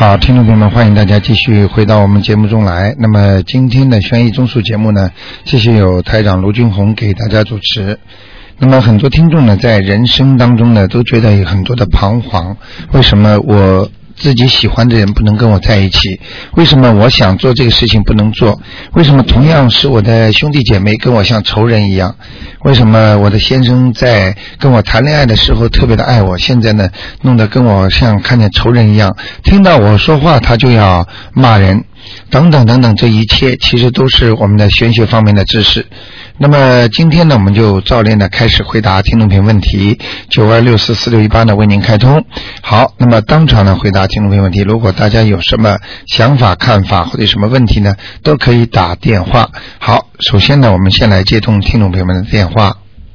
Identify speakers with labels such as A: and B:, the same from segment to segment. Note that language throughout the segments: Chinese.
A: 好，听众朋友们，欢迎大家继续回到我们节目中来。那么今天的悬疑综述节目呢，继续由台长卢军红给大家主持。那么很多听众呢，在人生当中呢，都觉得有很多的彷徨，为什么我自己喜欢的人不能跟我在一起？为什么我想做这个事情不能做？为什么同样是我的兄弟姐妹跟我像仇人一样？为什么我的先生在跟我谈恋爱的时候特别的爱我，现在呢弄得跟我像看见仇人一样，听到我说话他就要骂人，等等等等，这一切其实都是我们的玄学方面的知识。那么今天呢，我们就照例呢开始回答听众朋友问题，92644618呢为您开通。好，那么当场呢回答听众朋友问题，如果大家有什么想法看法或者什么问题呢，都可以打电话。好，首先呢我们先来接通听众朋友们的电话。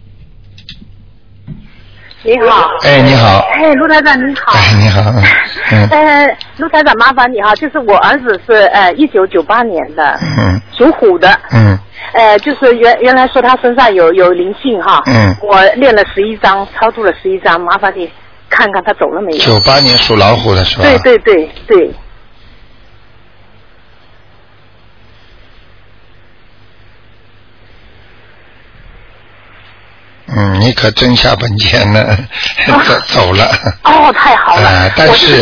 B: 你好。
A: 哎，你好。
B: 哎，卢台长你好。
A: 哎，你好。
B: 卢台长麻烦你哈，就是我儿子是1998年的，属虎的。就是原来说他身上有灵性哈。我练了11章，超度了11章，麻烦你看看他走了没有。
A: 98年属老虎的是吧？
B: 对对对对。
A: 你可真下本钱了，走了。
B: 哦，太好了。
A: 但是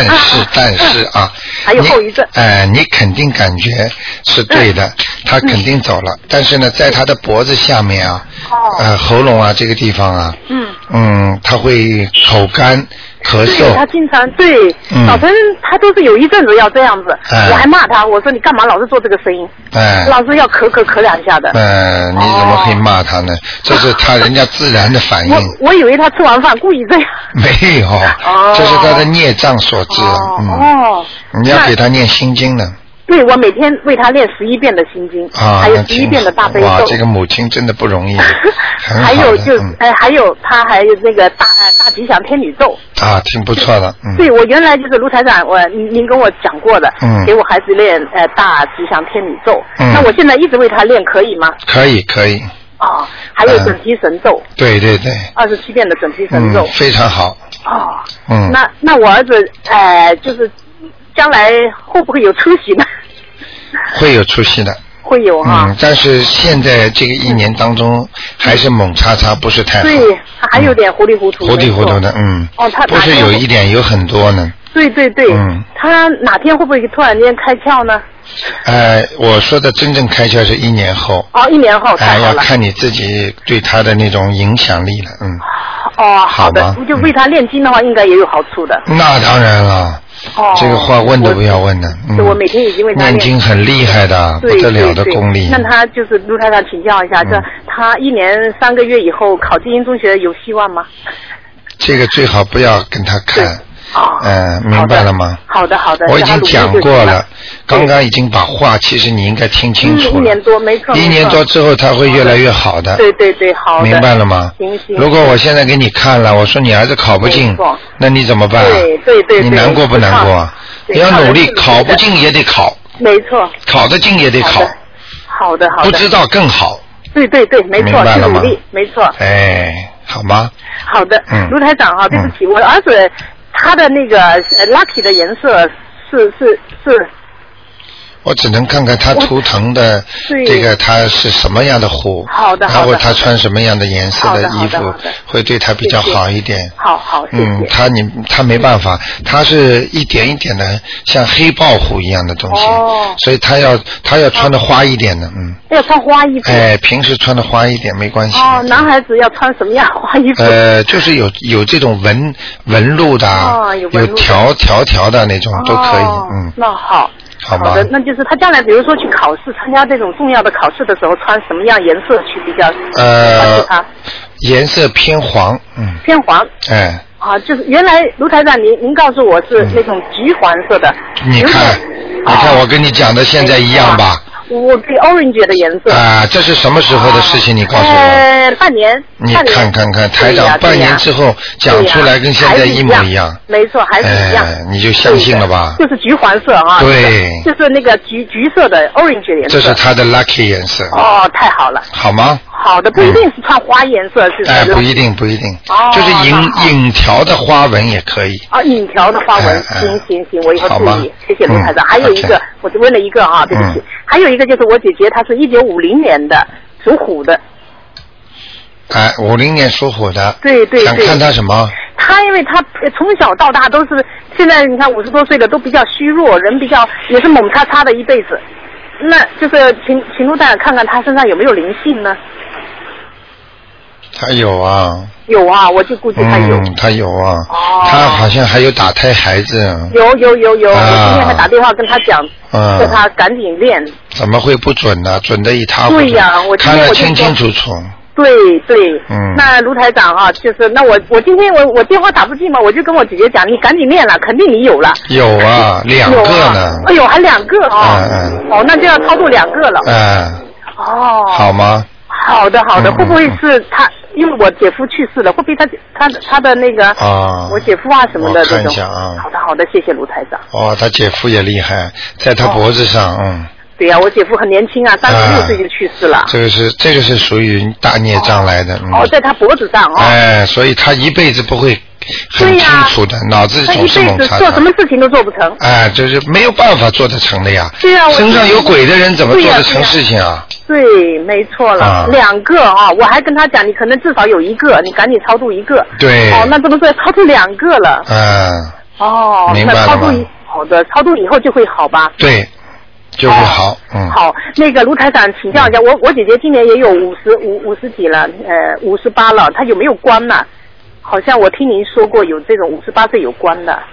B: 还有后遗症。
A: 你肯定感觉是对的，他肯定走了。但是呢，在他的脖子下面啊，喉咙啊这个地方啊，他会口干。咳嗽，
B: 他经常对，早晨他都是有一阵子要这样子，我还骂他，我说你干嘛老是做这个声音，老是要咳两下的。
A: 你怎么可以骂他呢？这是人家自然的反应。
B: 我以为他吃完饭故意这样。
A: 没有，这是他的孽障所致。你要给他念心经呢。
B: 对，我每天为他练11遍的心经，还有11遍的大悲咒。
A: 哇，这个母亲真的不容易。
B: 还有还有他还有那个大吉祥天女咒。
A: 挺不错的。
B: 对，我原来就是卢台长，您跟我讲过的，给我孩子练大吉祥天女咒。那我现在一直为他练，可以吗？
A: 可以。
B: 还有准提神咒。对，27遍的准提神咒。
A: 非常好。
B: 那我儿子就是将来会不会有出息呢？
A: 会有出息的。
B: 会有哈。
A: 但是现在这个1年当中还是猛叉叉，不是太好。
B: 对，还有点糊里糊涂。
A: 糊里糊涂的，他不是有一点，有很多呢。
B: 对。他哪天会不会突然间开窍呢？
A: 我说的真正开窍是1年后。1年后太好了。要看你自己对他的那种影响力了。
B: 好的。就为他练经的话，应该也有好处的。
A: 那当然了。这个话问都不要问的。
B: 我每天已经为他
A: 念经很厉害的，不得了的功力。
B: 那他就是卢台长请教一下，他1年3个月以后考精英中学有希望吗？
A: 这个最好不要跟他看。明白了吗？
B: 好的。
A: 我已经讲过了，刚刚已经把话，其实你应该听清楚了。1年多，没错。1年多之后，他会越来越好的。
B: 对，好的。
A: 明白了吗？
B: 行。
A: 如果我现在给你看了，我说你儿子考不进，那你怎么办？
B: 对。
A: 你难过不难过？你要努力，考不进也得考。
B: 没错。
A: 考得进也得考。
B: 好的。
A: 不知道更好。
B: 对，没错，
A: 明白了吗？
B: 努力，没错。
A: 好吗？
B: 好的。卢台长对不起，我儿子。他的那个lucky 的颜色是，
A: 我只能看看他图腾的这个他是什么样的虎，
B: 好的，
A: 然后他穿什么样的颜色的衣服会对他比较好一点。
B: 好，谢谢。
A: 他没办法，他是一点一点的像黑豹虎一样的东西，所以他要穿的花一点的，
B: 要穿花衣服。
A: 平时穿的花一点没关系。
B: 男孩子要穿什么样花衣服？
A: 就是有这种纹路的，有条的那种都可以。
B: 那好。
A: 好
B: 的，那就是他将来比如说去考试，参加这种重要的考试的时候，穿什么样颜色去比较合适他？
A: 颜色偏黄。
B: 偏黄。就是原来卢台长您告诉我是那种橘黄色的。
A: 你看我跟你讲的现在一样吧？
B: 我对 orange 的颜色。
A: 啊，这是什么时候的事情？你告诉我。
B: 半年。
A: 你看看台长半年之后讲出来跟现在一模一样。
B: 没错，还是一样。
A: 你就相信了吧？
B: 就是橘黄色啊。
A: 对。
B: 就是那个橘色的 orange 颜色。
A: 这是它的 lucky 颜色。
B: 哦，太好了。
A: 好吗？
B: 好的，不一定是穿花颜色，是不是？
A: 不一定，就是影条的花纹也可以。
B: 影条的花纹，行，我以后注意。谢谢卢台长。还有一个，我只问了一个啊，对不起。还有一个就是我姐姐，她是1950年的，属虎的。
A: 50年属虎的。
B: 对。
A: 想看她什么？
B: 她因为她从小到大都是，现在你看50多岁了，都比较虚弱，人比较也是猛叉叉的一辈子。那就是请卢台长看看她身上有没有灵性呢？
A: 他有啊，
B: 我就估计他有。
A: 他有啊，他好像还有打胎孩子。
B: 有，我今天还打电话跟他讲，叫他赶紧练。
A: 怎么会不准呢？准得一塌糊涂。
B: 对呀，我
A: 看得清清楚楚。
B: 对。那卢台长啊，就是那我今天我电话打不进嘛，我就跟我姐姐讲，你赶紧练了，肯定你有了。
A: 有啊，2个呢。
B: 哎呦，还2个啊！那就要超度2个了。好
A: 吗？
B: 好的，会不会是他？因为我姐夫去世了，会不会他的那个我姐夫啊什么的这种？
A: 我看一下啊。
B: 好的，谢谢卢台长。
A: 他姐夫也厉害，在他脖子上，
B: 对呀，我姐夫很年轻啊，36岁就去世了。这
A: 个是属于大孽障来的。
B: 在他脖子上
A: 所以他一辈子不会很清楚的，脑子总是猛叉叉。
B: 他一辈子做什么事情都做不成。
A: 就是没有办法做得成的呀。
B: 对啊，
A: 身上有鬼的人怎么做得成事情啊？
B: 对，没错了，2个我还跟他讲，你可能至少有1个，你赶紧超度1个。
A: 对。
B: 那这么说超度2个了。
A: 明白了吗？
B: 好的，超度以后就会好吧？
A: 对，就会好。
B: 好，那个卢台长请教一下，我姐姐今年也有50几了，58了，她有没有关呢？好像我听您说过有这种58岁有关的。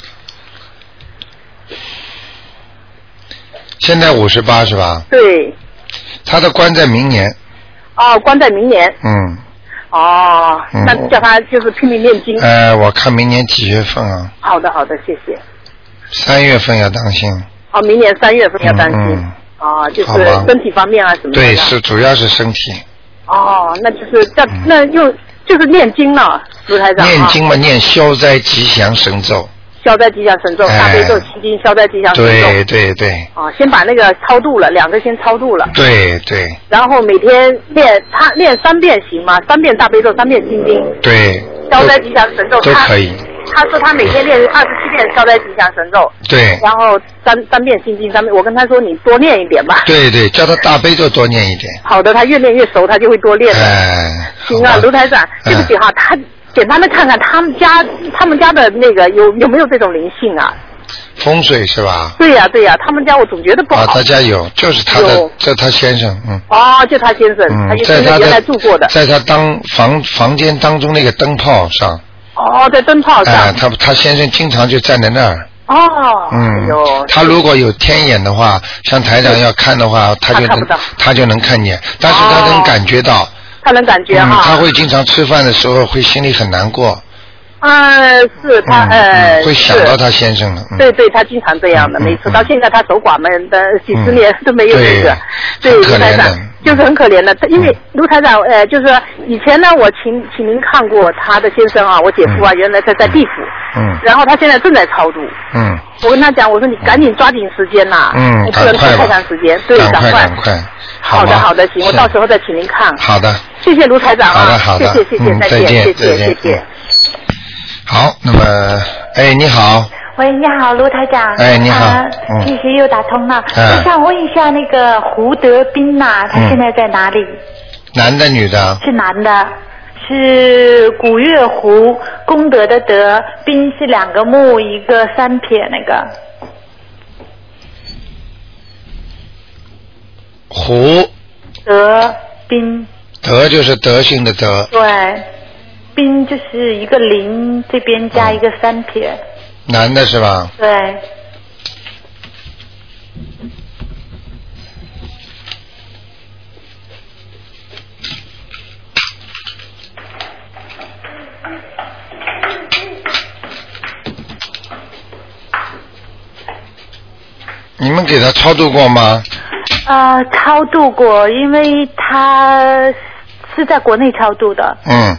A: 现在58是吧？
B: 对。
A: 他的关在明年。
B: 关在明年。那叫他就是拼命念经。
A: 我看明年几月份啊？
B: 好的，谢谢。
A: 3月份要当心。
B: 明年3月份要当心。就是身体方面啊什么的。
A: 对，主要是身体。
B: 那就是那就是念经了，卢台长。
A: 念经嘛，念消灾吉祥神咒。
B: 消灾吉祥神咒，大悲咒、心经、消灾吉祥神咒。
A: 对。
B: 先把那个超度了，2个先超度了。
A: 对。
B: 然后每天练3遍行吗？3遍大悲咒，3遍心经。
A: 对。
B: 消灾吉祥神咒
A: 都可以。
B: 他说他每天练27遍消灾吉祥神咒。
A: 对。
B: 然后三遍心经，3遍。我跟他说你多练一点吧。
A: 对，叫他大悲咒多念一点。
B: 好的，他越练越熟，他就会多练的。行啊，卢台长，对不起哈，他简单的看看他们家的那个有没有这种灵性啊？
A: 风水是吧？
B: 对呀，他们家我总觉得不好。
A: 他家有，就是他的，这他先生，
B: 就他先生，他先生原来住过的，
A: 在他房间当中那个灯泡上。
B: 在灯泡上。
A: 他先生经常就站在那儿。他如果有天眼的话，像台长要看的话，他就能看见，但是他能感觉到。
B: 他能感觉哈。
A: 他会经常吃饭的时候会心里很难过。
B: 是他
A: 会想到他先生了。
B: 对，他经常这样的，没错。到现在他守寡门的几十年都没有这个。对，卢台长就是很可怜的，因为卢台长就是以前呢，我请您看过他的先生啊，我姐夫啊，原来在地府。然后他现在正在超度。我跟他讲，我说你赶紧抓紧时间呐。不能拖太长时间。对，赶快。好的，行，我到时候再请您看。
A: 好的。
B: 谢谢卢台长啊。
A: 好的，
B: 谢谢，再见，谢谢。
A: 好，那么，你好。
C: 喂，你好，卢台长。
A: 你好。
C: 谢谢，又打通了。我想问一下，那个胡德斌呐，他现在在哪里？
A: 男的，女的？
C: 是男的，是古月胡，功德的德，斌是2个木1个3撇那个。
A: 胡。
C: 德斌。
A: 德就是德性的德。
C: 对。斌就是1个0，这边加1个3撇。
A: 男的是吧？
C: 对。
A: 你们给他超度过吗？
C: 超度过，因为他是在国内超度的。
A: 嗯。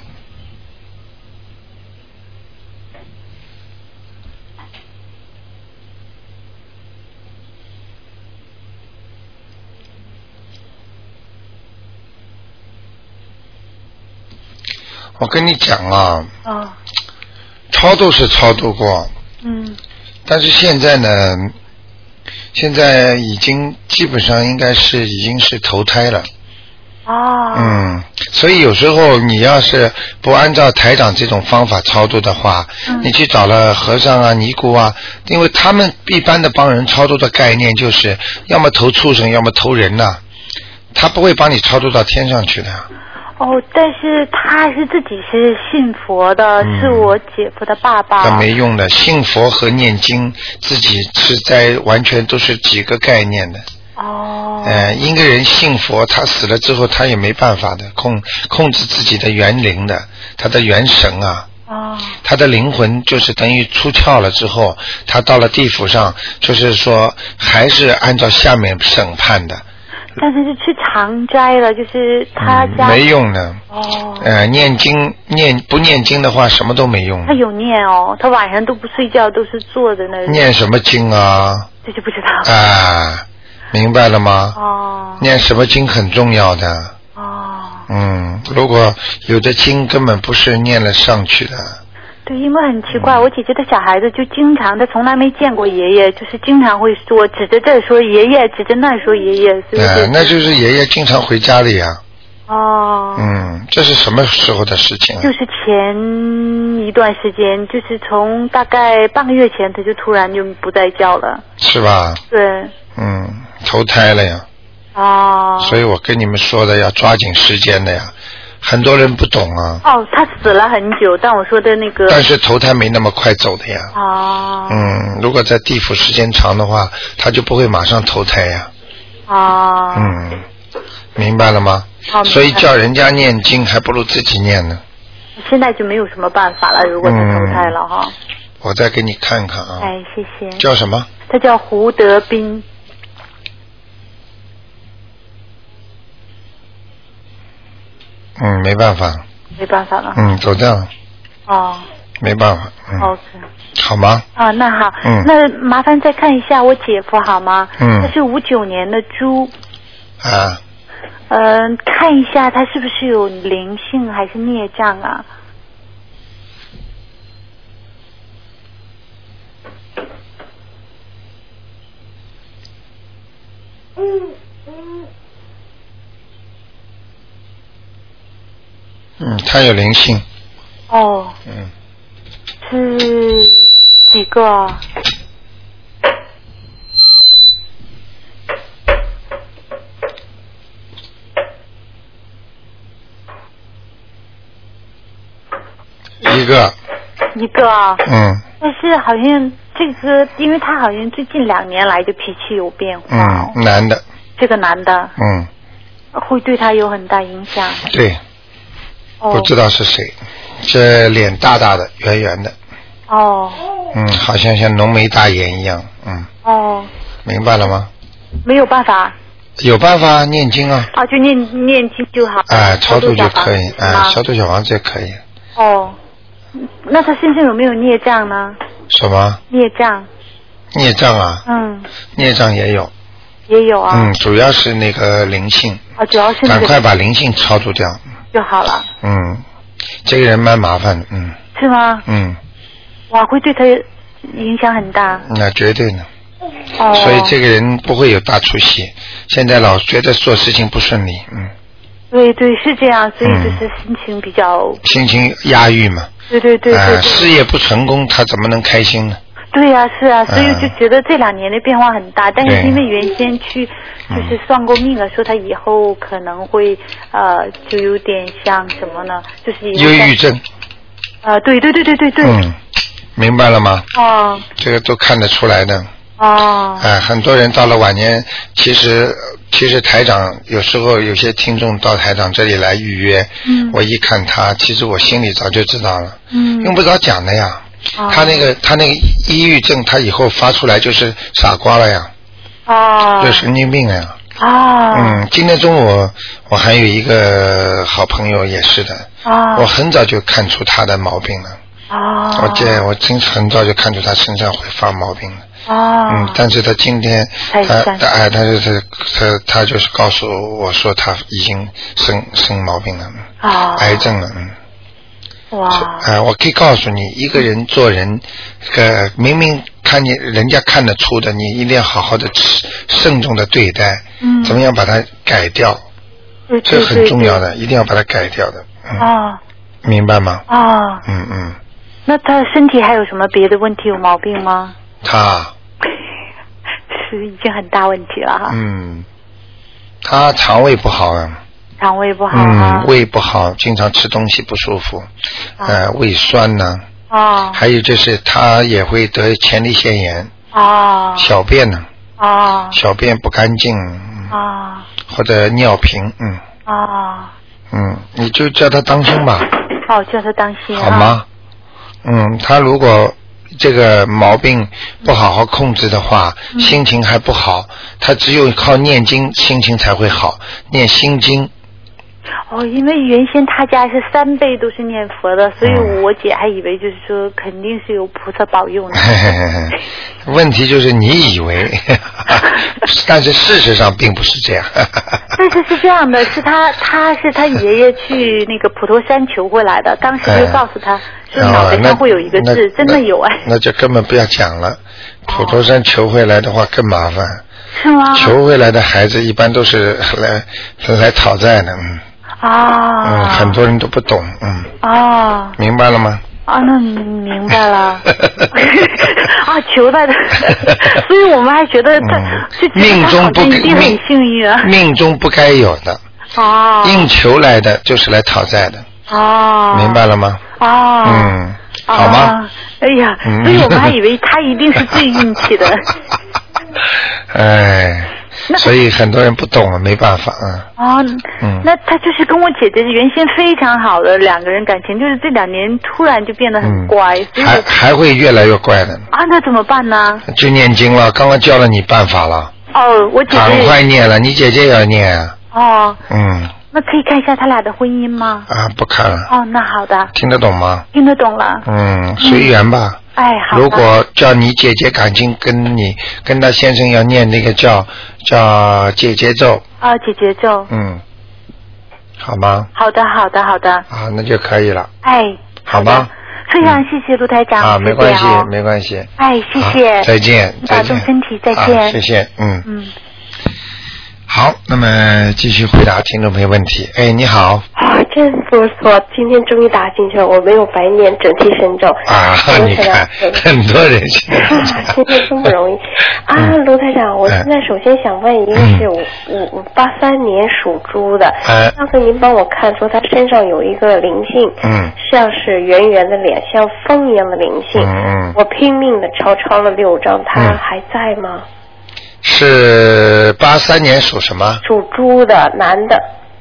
A: 我跟你讲啊，超度是超度过，但是现在呢，现在已经基本上应该是已经是投胎了。所以有时候你要是不按照台长这种方法超度的话，你去找了和尚啊、尼姑啊，因为他们一般的帮人超度的概念就是要么投畜生，要么投人呐，他不会帮你超度到天上去的。
C: 但是他是自己是信佛的，是我姐夫的爸爸。
A: 那没用的，信佛和念经自己是在完全都是几个概念的。一个人信佛，他死了之后他也没办法的控制自己的元灵的，他的元神啊。他的灵魂就是等于出窍了之后，他到了地府上，就是说还是按照下面审判的。
C: 但是去长斋了，就是他家
A: 没用的。念经不念经的话，什么都没用。
C: 他有念他晚上都不睡觉，都是坐在那里。
A: 念什么经啊？
C: 这就不知道。
A: 明白了吗？念什么经很重要的。如果有的经根本不是念了上去的。
C: 对，因为很奇怪，我姐姐的小孩子就经常，他从来没见过爷爷，就是经常会说指着这说爷爷，指着那说爷爷，所以
A: 那就是爷爷经常回家里呀。这是什么时候的事情啊？
C: 就是前一段时间，就是从大概半个月前，他就突然就不再叫了。是
A: 吧？
C: 对。
A: 投胎了呀。所以我跟你们说的要抓紧时间的呀。很多人不懂啊。
C: 他死了很久，但我说的那个。
A: 但是投胎没那么快走的呀。如果在地府时间长的话，他就不会马上投胎呀。明白了吗？所以叫人家念经，还不如自己念呢。
C: 现在就没有什么办法了，如果他投胎了哈。
A: 我再给你看看啊。
C: 谢谢。
A: 叫什么？
C: 他叫胡德斌。
A: 没办法。
C: 没办法了。
A: 走掉了。没办法。
C: OK。
A: 好吗？
C: 那好。那麻烦再看一下我姐夫好吗？他是59年的猪。看一下他是不是有灵性还是孽障啊？
A: 他有灵性。
C: 是几个？
A: 一个。但
C: 是好像这个，因为他好像最近2年来就脾气有变化。
A: 男的。
C: 这个男的。会对他有很大影响。
A: 对。不知道是谁，这脸大大的，圆圆的。好像像浓眉大眼一样。明白了吗？
C: 没有办法。
A: 有办法，念经啊。
C: 就念经就好。
A: 超度就可以。超度小房子也可以。
C: 那他身上有没有孽障呢？
A: 什么？
C: 孽障。
A: 孽障啊？孽障也有。
C: 也有啊。
A: 主要是那个灵性。
C: 主要是。
A: 赶快把灵性超度掉。
C: 就好了。
A: 这个人蛮麻烦的。
C: 是吗？哇，会对他影响很大。
A: 那绝对的。所以这个人不会有大出息，现在老觉得做事情不顺利。
C: 对，是这样，所以就是心情比较。
A: 心情压抑嘛。对。事业不成功，他怎么能开心呢？
C: 对呀，是啊，所以就觉得这2年的变化很大，但是因为原先去就是算过命了，说他以后可能会就有点像什么呢？就是
A: 忧郁症。
C: 对。
A: 明白了吗？这个都看得出来的。很多人到了晚年，其实台长有时候有些听众到台长这里来预约，我一看他，其实我心里早就知道了，用不着讲的呀。他那个抑郁症，他以后发出来就是傻瓜了呀，就神经病了呀。 今天中午我还有一个好朋友也是的，我很早就看出他的毛病了。我很早就看出他身上会发毛病了。但是他今天他就是告诉我说他已经生毛病了，癌症了。我可以告诉你，一个人做人，明明看见人家看得出的，你一定要好好的慎重的对待，怎么样把它改掉，这很重要的，一定要把它改掉的。明白吗？
C: 那他身体还有什么别的问题有毛病吗？
A: 他
C: 是已经很大问题了哈。
A: 他肠胃不好啊。
C: 肠胃不好
A: 胃不好，经常吃东西不舒服，胃酸呢。还有就是他也会得前列腺炎。小便呢。小便不干净。或者尿频。你就叫他当心吧。
C: 叫他当心。
A: 好吗？他如果这个毛病不好好控制的话，心情还不好，他只有靠念经心情才会好，念心经。
C: 因为原先他家是3辈都是念佛的，所以我姐还以为就是说肯定是有菩萨保佑呢。
A: 问题就是你以为，但是事实上并不是这样。
C: 但是是这样的，是他是他爷爷去那个普陀山求回来的，当时就告诉他说脑袋上会有一个痣，真的有那
A: 就根本不要讲了。普陀山求回来的话更麻烦。
C: 是吗？
A: 求回来的孩子一般都是来讨债的。很多人都不懂。明白了吗？
C: 那明白了。求来的，所以我们还觉得
A: 命中不
C: 一定很幸运啊。
A: 命中不该有的。硬求来的就是来讨债的。明白了吗？好吗？
C: 哎呀，所以我们还以为他一定是最运气的。
A: 所以很多人不懂啊，没办法
C: 那他就是跟我姐姐原先非常好的2个人感情，就是这2年突然就变得很乖，
A: 还会越来越怪的。
C: 那怎么办呢？
A: 就念经了，刚刚教了你办法了。
C: 我姐姐
A: 赶快念了，你姐姐也要念啊。
C: 那可以看一下他俩的婚姻吗？
A: 不看了。
C: 那好的。
A: 听得懂吗？
C: 听得懂了。
A: 随缘吧。
C: 好。
A: 如果叫你姐姐感情跟他先生要念那个叫姐姐咒。
C: 姐姐咒。
A: 好吗？
C: 好的。
A: 那就可以了。好吗？
C: 非常谢谢卢台长。
A: 没关系，没关系。
C: 谢谢。
A: 再见。
C: 保重身体，再见。
A: 谢谢。好，那么继续回答听众朋友问题。你好。
D: 真不错，今天终于打进去了，我没有白念整体神咒。
A: 你看，很多人现在
D: 今天真不容易。卢台长，我现在首先想问一个是83年属猪的，上次您帮我看说他身上有一个灵性，像是圆圆的脸，像风一样的灵性，我拼命的抄了6张，他还在吗？
A: 是83年属什么？
D: 属猪的，男的。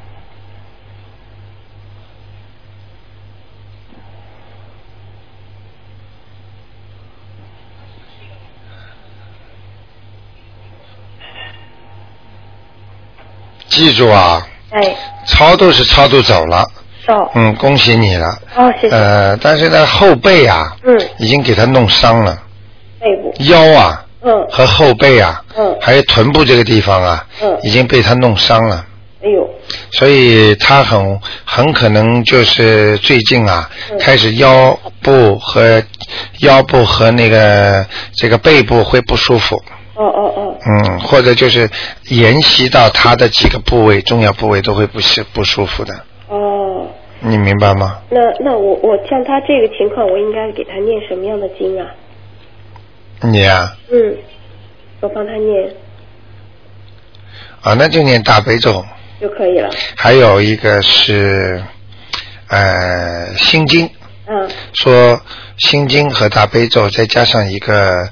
A: 记住啊，超度是超度走了，恭喜你了。
D: 谢谢。
A: 但是呢，后背啊，已经给他弄伤了，
D: 背部、
A: 腰啊，和后背啊，还有臀部这个地方啊，已经被他弄伤了。所以他很可能就是最近啊，开始腰部和那个这个背部会不舒服。或者就是沿袭到他的几个部位，重要部位都会不舒服的。你明白吗？
D: 那我像他这个情况，我应该给他念什么样的经啊？
A: 你啊？
D: 我帮他念。
A: 那就念大悲咒
D: 就可以了。
A: 还有一个是心经。说心经和大悲咒再加上一个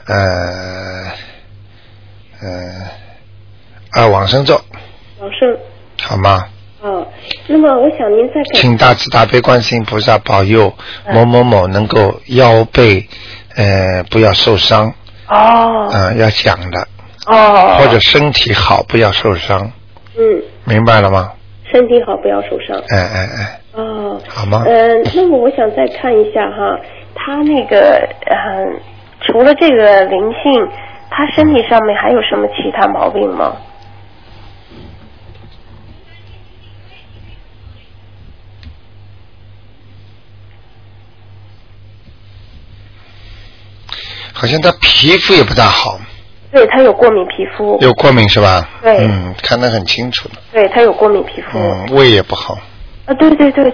A: 往生咒。
D: 往生。
A: 好吗？
D: 那么我想您再
A: 请大慈大悲观世音菩萨保佑某某某能够腰背不要受伤。要讲的。 哦。或者身体好，不要受伤。
D: 嗯。明
A: 白了吗？
D: 身体好，不要受伤。
A: 哎。哦。好吗？
D: 那么我想再看一下哈，他那个除了这个灵性，他身体上面还有什么其他毛病吗？
A: 好像他皮肤也不大好。
D: 对，他有过敏皮肤。
A: 有过敏是吧？
D: 对。
A: 看得很清楚的。
D: 对，他有过敏皮肤。
A: 胃也不好。
D: 对。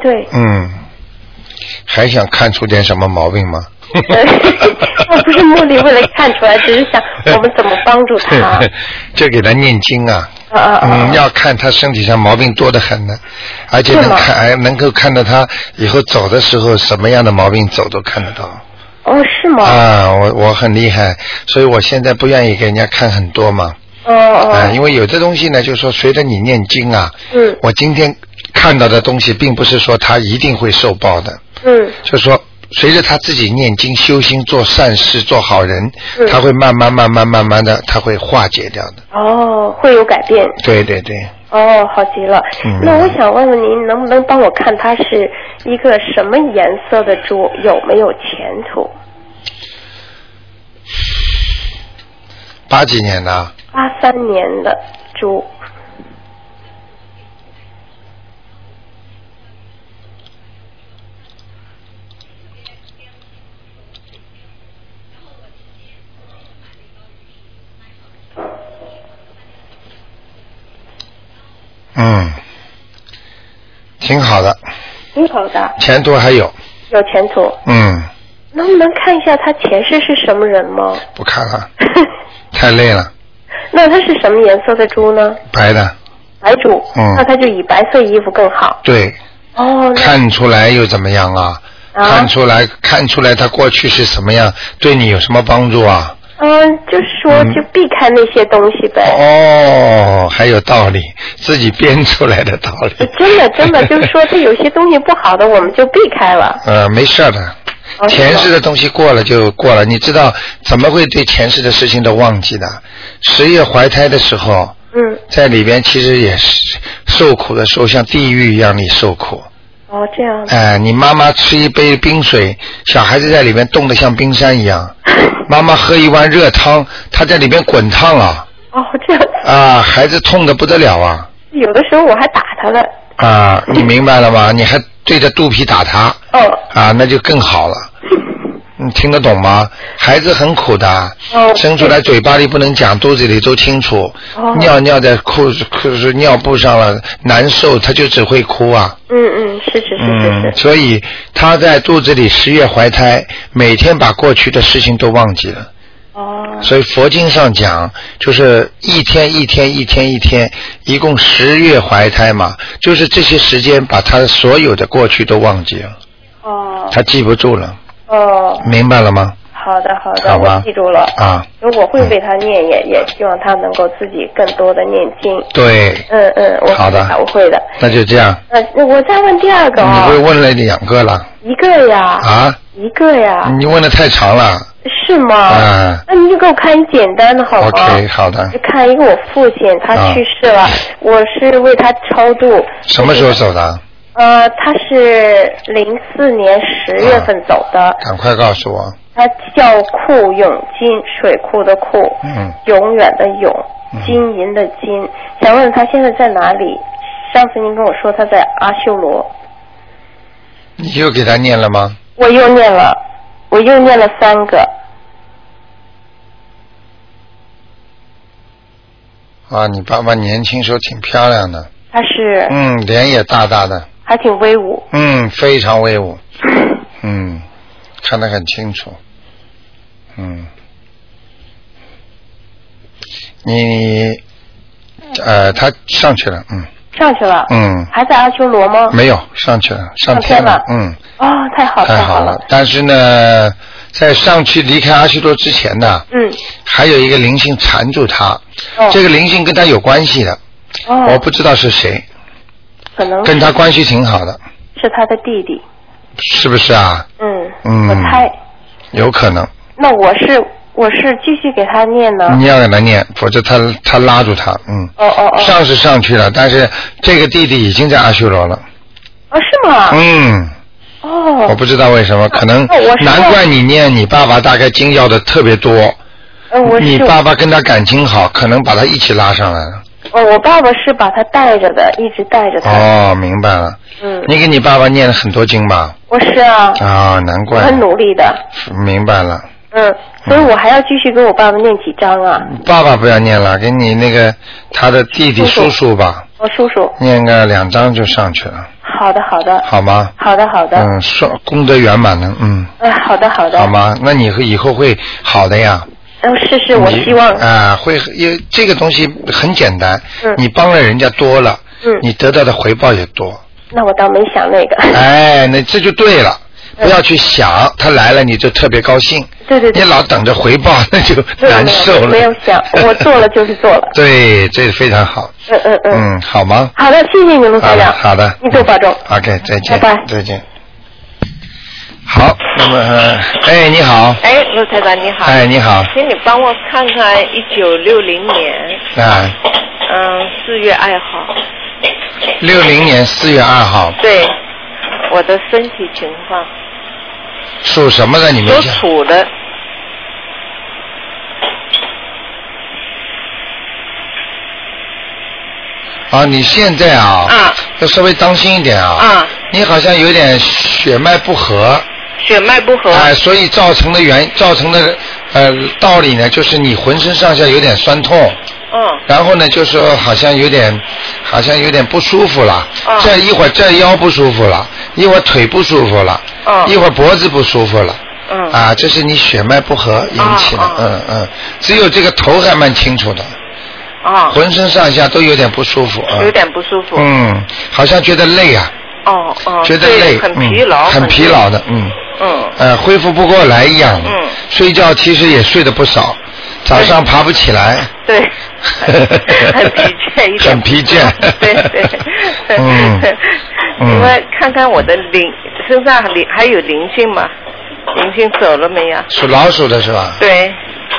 A: 还想看出点什么毛病吗？
D: 我不是目的为了看出来，只是想我们怎么帮助他。
A: 就给他念经啊。要看他身体上毛病多得很呢，而且能够看到他以后走的时候什么样的毛病走都看得到。
D: 是吗？
A: 我很厉害，所以我现在不愿意给人家看很多嘛。因为有的东西呢，就是说随着你念经啊，我今天看到的东西，并不是说他一定会受报的。就是说随着他自己念经修心做善事做好人，他会慢慢的他会化解掉的。
D: 会有改变。
A: 对。
D: 好极了。那我想问问您，能不能帮我看它是一个什么颜色的猪，有没有前途
A: ？80几年的
D: ？83年的猪。
A: 挺好的。前途还有。
D: 有前途。能不能看一下他前世是什么人吗？
A: 不看了，太累了。
D: 那他是什么颜色的猪呢？
A: 白的。
D: 白猪。那他就以白色衣服更好。
A: 对。看出来又怎么样啊？看出来他过去是什么样，对你有什么帮助啊？
D: 就是说就避开那些东西呗。
A: 还有道理，自己编出来的道理。
D: 真的就是说他有些东西不好的我们就避开了。
A: 没事的，前世的东西过了就过了，你知道怎么会对前世的事情都忘记的？10月怀胎的时候，在里边其实也是受苦的时候，像地狱一样你受苦。
D: 这样。
A: 你妈妈吃一杯冰水，小孩子在里面冻得像冰山一样。妈妈喝一碗热汤，他在里面滚烫啊。
D: 这样。
A: 孩子痛得不得了啊。
D: 有的时候我还打他了。
A: 你明白了吗？你还对着肚皮打他。那就更好了。你听得懂吗？孩子很苦的，生出来嘴巴里不能讲，肚子里都清楚。尿在是尿布上了，难受，他就只会哭啊。
D: 是。
A: 所以他在肚子里10月怀胎，每天把过去的事情都忘记了。所以佛经上讲，就是一天，一共10月怀胎嘛，就是这些时间把他所有的过去都忘记了。他记不住了。明白了吗？
D: 好的，我记住了。我会为他念，也希望他能够自己更多的念经。
A: 对。好的，
D: 我会的。
A: 那就这样。
D: 我再问第二个。
A: 你会问了2个了？
D: 一个呀。一个呀。
A: 你问的太长了。
D: 是吗？那你就给我看一简单的好吗
A: ？OK， 好的。
D: 就看一个我父亲，他去世了，我是为他超度。
A: 什么时候走的？
D: 他是04年10月份走的。
A: 赶快告诉我。
D: 他叫库永金，水库的库，永远的永，金银的金。想问他现在在哪里？上次您跟我说他在阿修罗。
A: 你又给他念了吗？
D: 我又念了3个。
A: 你爸爸年轻时候挺漂亮的。
D: 他是。
A: 脸也大大的。
D: 还挺威武。
A: 非常威武。看得很清楚。他上去了。
D: 上去了。还在阿修罗吗？
A: 没有，上去了，上天了。
D: 太好了。
A: 但是呢，在上去离开阿修罗之前呢，还有一个灵性缠住他。这个灵性跟他有关系的。我不知道是谁。
D: 可能
A: 跟他关系挺好的。
D: 是他的弟弟。
A: 是不是啊？
D: 我猜。
A: 有可能。
D: 那我是我是继续给他念呢。
A: 你要给他念，否则他拉住他，上是上去了，但是这个弟弟已经在阿修罗了。
D: 啊，是吗？我
A: 不知道为什么，可能难怪你念你爸爸大概经要的特别多。你爸爸跟他感情好，可能把他一起拉上来了。
D: 我爸爸是把他带着的，一直带着他。
A: 明白了。你给你爸爸念了很多经吧？
D: 我是啊。
A: 难怪。
D: 很努力的。
A: 明白了。
D: 所以我还要继续给我爸爸念几张啊？
A: 爸爸不要念了，给你那个他的弟弟叔叔吧。
D: 叔叔。
A: 念个2张就上去了。
D: 好的。
A: 好吗？
D: 好的。
A: 功德圆满了，
D: 好的。
A: 好吗？那你以后会好的呀。
D: 是，我希望。
A: 会，因为这个东西很简单。你帮了人家多了，你得到的回报也多。
D: 那我倒没想那个。
A: 那这就对了。不要去想他来了你就特别高兴，
D: 对，
A: 你老等着回报那就难受了。
D: 没有想，我做了就是做了。
A: 对，这非常好。好吗？
D: 好的，谢谢你卢台长。
A: 好的，
D: 你多保重。
A: OK， 再见。
D: 拜拜。
A: 再见。好，那么你好。
E: 卢台长你好。
A: 你好。
E: 请你帮我看看1960年。4月2号。
A: 60年4月2号。
E: 对。我的身体情况。
A: 属什么的？你们
E: 属鼠的。
A: 你现在要稍微当心一点你好像有点血脉不和。
E: 血脉不和。
A: 所以造成的道理呢，就是你浑身上下有点酸痛。然后呢，就是好像有点不舒服了。这一会儿这腰不舒服了，一会儿腿不舒服了，一会儿脖子不舒服了。这是你血脉不和引起的。只有这个头还蛮清楚的。浑身上下都有点不舒服。
E: 有点不舒服。
A: 好像觉得累啊。觉得累，
E: 很疲劳。
A: 很疲劳的。恢复不过来一样。睡觉其实也睡得不少。早上爬不起来。
E: 对。很疲倦一点。
A: 很疲倦。
E: 对。你们看看我的身上还有灵性吗？灵性走了没有？
A: 属老鼠的是吧？
E: 对。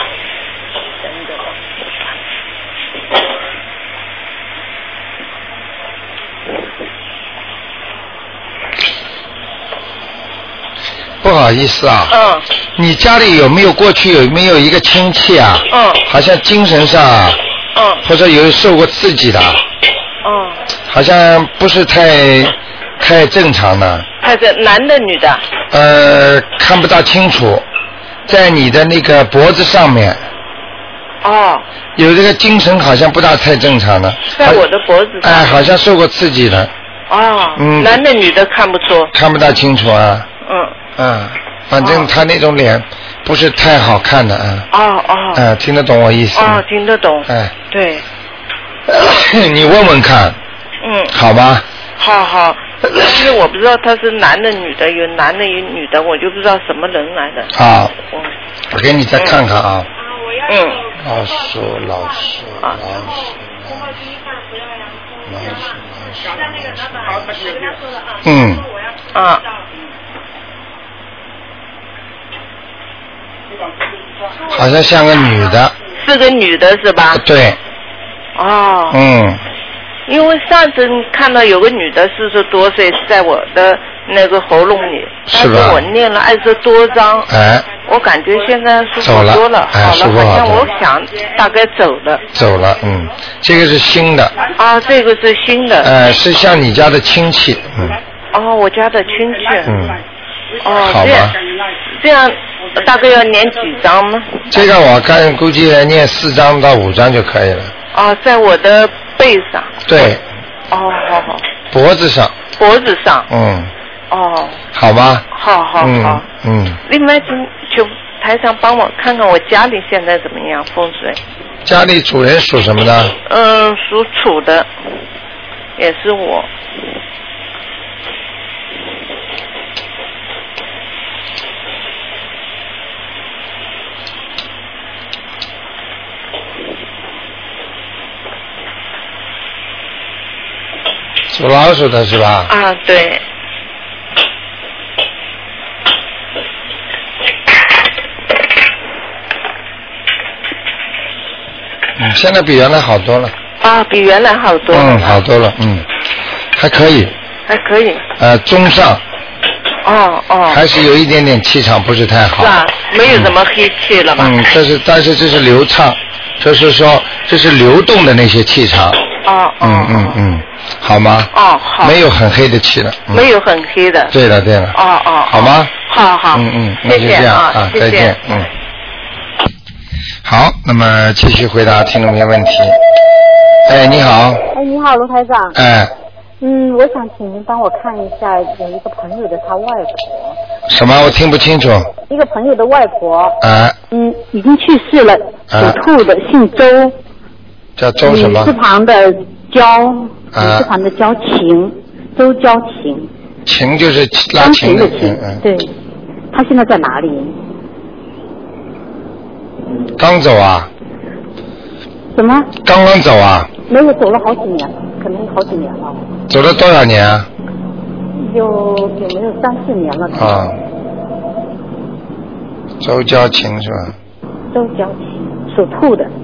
A: 不好意思你家里过去有没有一个亲戚好像精神上或者有受过刺激的好像不是太正常的。
E: 他是男的女的？
A: 看不大清楚，在你的那个脖子上面。有这个精神好像不大太正常的。
E: 在我的脖子上。
A: 好像受过刺激的。
E: 男的女的看不出。
A: 看不大清楚反正他那种脸不是太好看的听得懂我意思吗？
E: 听得懂。对。
A: 你问问看。好吧。
E: 好，但是我不知道他是男的女的，有男的有女的，我就不知道什么人来的。
A: 我给你再看看老鼠。好像像个女的。
E: 是个女的是吧？
A: 对。
E: 因为上次看到有个女的40多岁，在我的那个喉咙里，但是我念了20多章，我感觉现在舒服多了，好了，好像我想大概走了。
A: 这个是新的。
E: 这个是新的。
A: 是像你家的亲戚。
E: 我家的亲戚。
A: 好吧。
E: 这样大概要念几张呢？
A: 这个我估计念4张到5张就可以了。
E: 在我的背上。
A: 对。
E: 好。
A: 脖子上。好吧。
E: 好。另外，请台上帮我看看我家里现在怎么样风水。
A: 家里主人属什么的？
E: 属鼠的，也是我。
A: 属老鼠的是吧？
E: 对。
A: 现在比原来好多了。
E: 啊，比原来好多了。
A: 好多了，还可以。
E: 还可以。
A: 中上。
E: 哦。
A: 还是有一点点气场不是太好。
E: 是啊，没有什么黑气了吧？
A: 但是这是流畅，就是说这是流动的那些气场。好吗？
E: 好。
A: 没有很黑的气了。
E: 没有很黑的。
A: 对了。好吗？
E: 好。
A: 那就这样啊，再见。好，那么继续回答听众朋友问题。你好。
F: 你好，卢台长。我想请您帮我看一下，有一个朋友的他外婆。
A: 什么？我听不清楚。
F: 一个朋友的外婆。已经去世了，属兔的，姓周。
A: 叫周什么？
F: 女字旁的焦，女字旁的焦琴，周焦琴。
A: 琴就是拉琴的琴。
F: 对。他现在在哪里？
A: 刚走啊？
F: 什么？
A: 刚刚走啊？
F: 没有，走了好几年，可能好几年了。
A: 走了多少年啊？
F: 有没有3-4年了？
A: 周娇琴是吧？
F: 周娇琴，属兔的。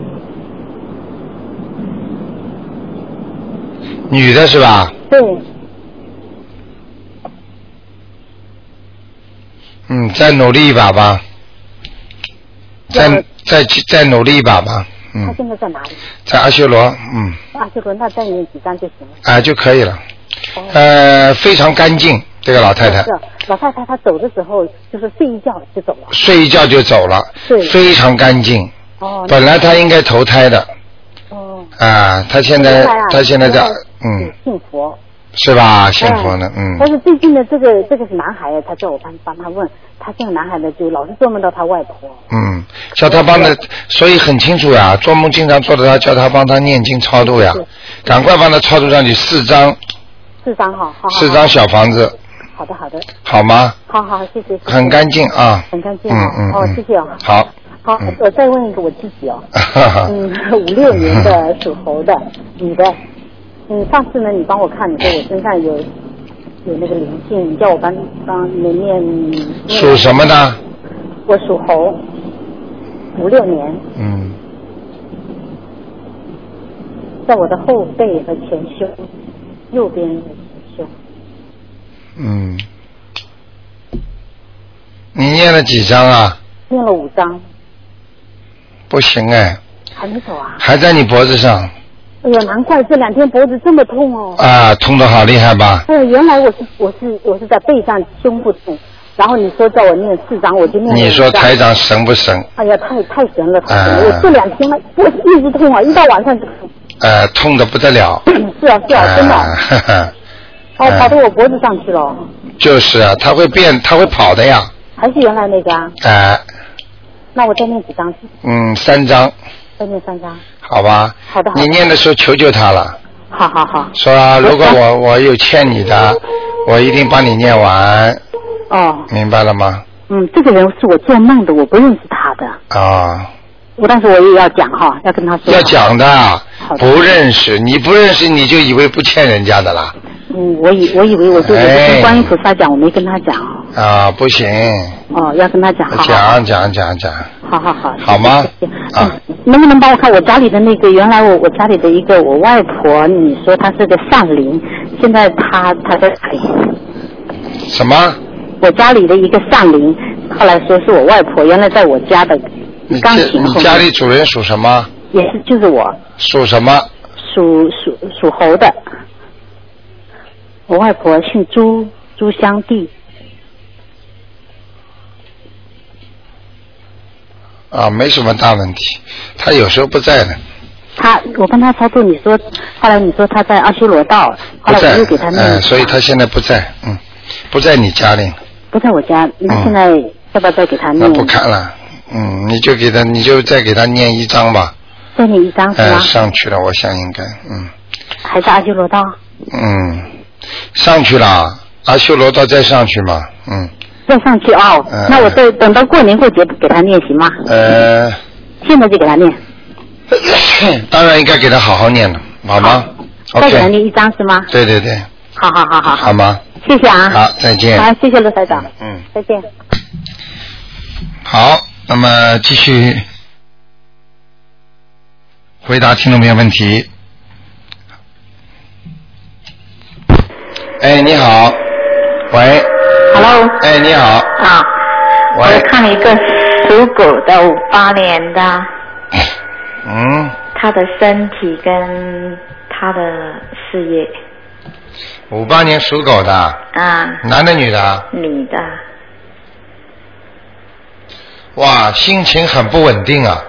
A: 女的是吧？
F: 对。
A: 再努力一把吧。再努力一把吧。
F: 他现在在哪里？
A: 在阿修罗。
F: 阿修罗，那再念几张就行了。
A: 就可以了。非常干净，这个老太太。
F: 老太太她走的时候就是睡一觉就走了。
A: 睡一觉就走了。
F: 对。
A: 非常干净。本来她应该投胎的。她现在在
F: 信佛。
A: 是吧？信佛呢。
F: 但是最近的这个是男孩，他叫我帮他问，他这个男孩呢就老是做梦到他外婆。
A: 叫他帮他，所以很清楚呀，做梦经常做的他叫他帮他念经超度呀，赶快帮他超度上去4张。
F: 4张哈。
A: 4张小房子。
F: 好的。
A: 好吗？
F: 好，谢谢。
A: 很干净啊。
F: 很干净。谢谢。
A: 好，
F: 我再问一个我自己56年的属猴的女的。上次呢，你帮我看，你说我身上有那个灵性，你叫我帮你念。
A: 属什么的？
F: 我属猴，56年。在我的后背和前胸，右边的前
A: 胸。你念了几张啊？
F: 念了5张。
A: 不行
F: 还没走啊？
A: 还在你脖子上。
F: 哎呀，难怪这2天脖子这么痛哦！
A: 痛得好厉害吧？
F: 原来我是在背上，胸部痛。然后你说叫我念4张，我就念了4张。
A: 你说台长神不神？
F: 哎呀，太神了！我这2天我一直痛一到晚上就痛。
A: 痛得不得了。
F: 是啊，真的。跑到我脖子上去了。
A: 就是啊，它会变，它会跑的呀。
F: 还是原来那个啊？那我再念几张
A: ？3张。
F: 再念3张。
A: 好吧。
F: 好的。
A: 你念的时候求求他了。
F: 好。
A: 说如果我有欠你的，我一定帮你念完。明白了吗？
F: 这个人是我做梦的，我不认识他的。但是我也要讲要跟他说。
A: 要讲的。不认识，你不认识你就以为不欠人家的啦。
F: 我以为我就是跟观音菩萨讲，我没跟他讲。
A: 不行。
F: 要跟他讲。
A: 讲。好吗？
F: 能不能帮我看我家里的那个？原来我家里的一个我外婆，你说她是个善灵，现在她在哪里？
A: 什么？
F: 我家里的一个善灵，后来说是我外婆，原来在我家的钢琴后面。
A: 你家里主人属什么？
F: 也是，就是我。
A: 属什么？
F: 属猴的。我外婆姓朱，朱香娣。
A: 没什么大问题，他有时候不在的。
F: 我跟他操作，后来你说他在阿修罗道，后来我又给他念。
A: 所以他现在不在，不在你家里。
F: 不在我家，那现在要不要再给他念？
A: 那不看了，你就再给他念1张吧。
F: 再念1张是吗？
A: 上去了，我想应该，
F: 还是阿修罗道？
A: 上去了，阿修罗道再上去嘛，
F: 再上去那我等到过年过节给他念行吗？现在就给他念。
A: 当然应该给他好好念了，好吗？
F: 再给他念1张是吗？
A: 对。
F: 好。
A: 好吗？
F: 谢谢啊。
A: 好，再见。
F: 好，谢谢卢台长。再见。
A: 好，那么继续。 回答听众朋友问题。哎，你好，喂。
G: Hello。
A: 哎，你好。
G: 啊。我看了一个属狗的58年的。他的身体跟他的事业。
A: 58年属狗的。
G: 啊。
A: 男的女的？
G: 女的。
A: 哇，心情很不稳定啊。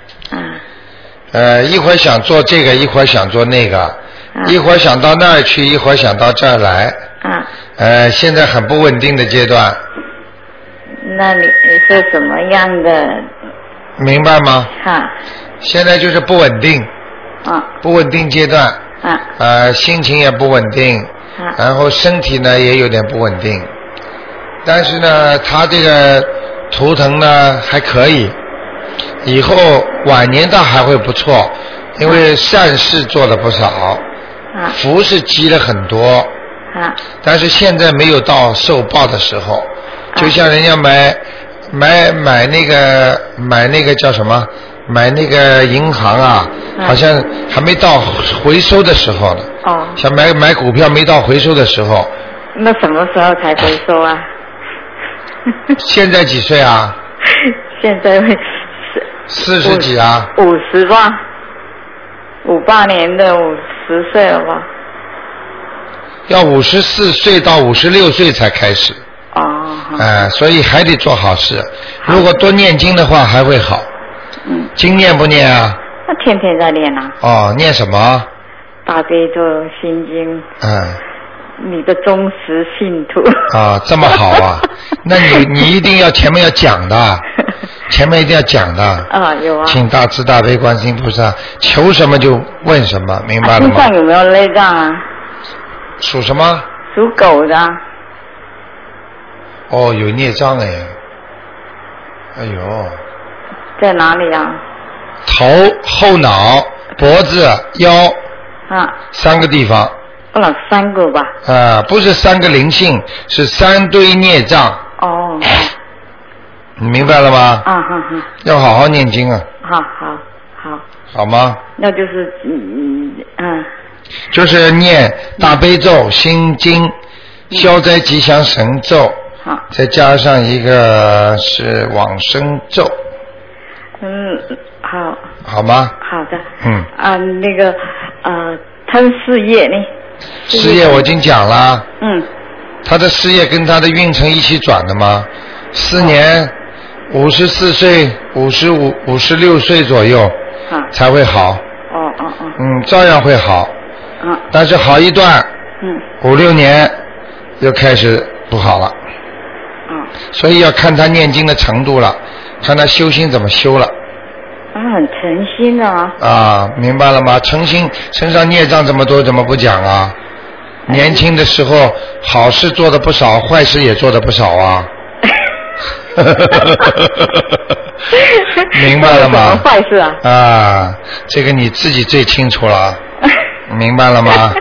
A: 一会儿想做这个，一会儿想做那个，一会儿想到那儿去，一会儿想到这儿来。现在很不稳定的阶段。
G: 那你是什么样的？
A: 明白吗？现在就是不稳定。不稳定阶段。心情也不稳定。然后身体呢也有点不稳定。但是呢，他这个图腾呢还可以。以后晚年倒还会不错，因为善事做了不少，福是积了很多，但是现在没有到受报的时候，就像人家买那个叫什么，买那个银行啊，好像还没到回收的时候呢。像买股票没到回收的时候。
G: 那什么时候才回收啊？
A: 现在几岁啊？
G: 现在
A: 40几啊
G: ？50吧，58年的50岁了吧？
A: 要54岁到56岁才开始。所以还得做好事。如果多念经的话，还会好。经念不念啊？
G: 那天天在念啊。
A: 念什么？
G: 大悲咒、心经。你的忠实信徒。
A: 这么好啊？那你一定要前面要讲的。前面一定要讲的。
G: 有啊。请
A: 大慈大悲观世音菩萨，求什么就问什么，明白了吗？
G: 身上有没有内脏啊？
A: 属什么？
G: 属狗的。
A: 有孽障哎。哎呦。
G: 在哪里啊？
A: 头、后脑、脖子、腰。3个地方。
G: 3个吧。
A: 不是3个灵性，是3堆孽障。你明白了吗？要好好念经啊。好吗？
G: 那就是
A: 就是念大悲咒、心经、消灾吉祥神咒，再加上一个是往生咒。好吗？
G: 好的。那个他的事业呢？
A: 事业我已经讲了。他的事业跟他的运程一起转的吗？4年，54岁、55、56岁左右才会好。照样会好。但是好一段，5、6年又开始不好了。所以要看他念经的程度了，看他修心怎么修了。
G: 很诚心
A: 啊。明白了吗？诚心，身上孽障这么多，怎么不讲啊？年轻的时候好事做的不少，坏事也做的不少啊。明白了吗？
G: 什么坏事
A: 啊？这个你自己最清楚了。明白了吗？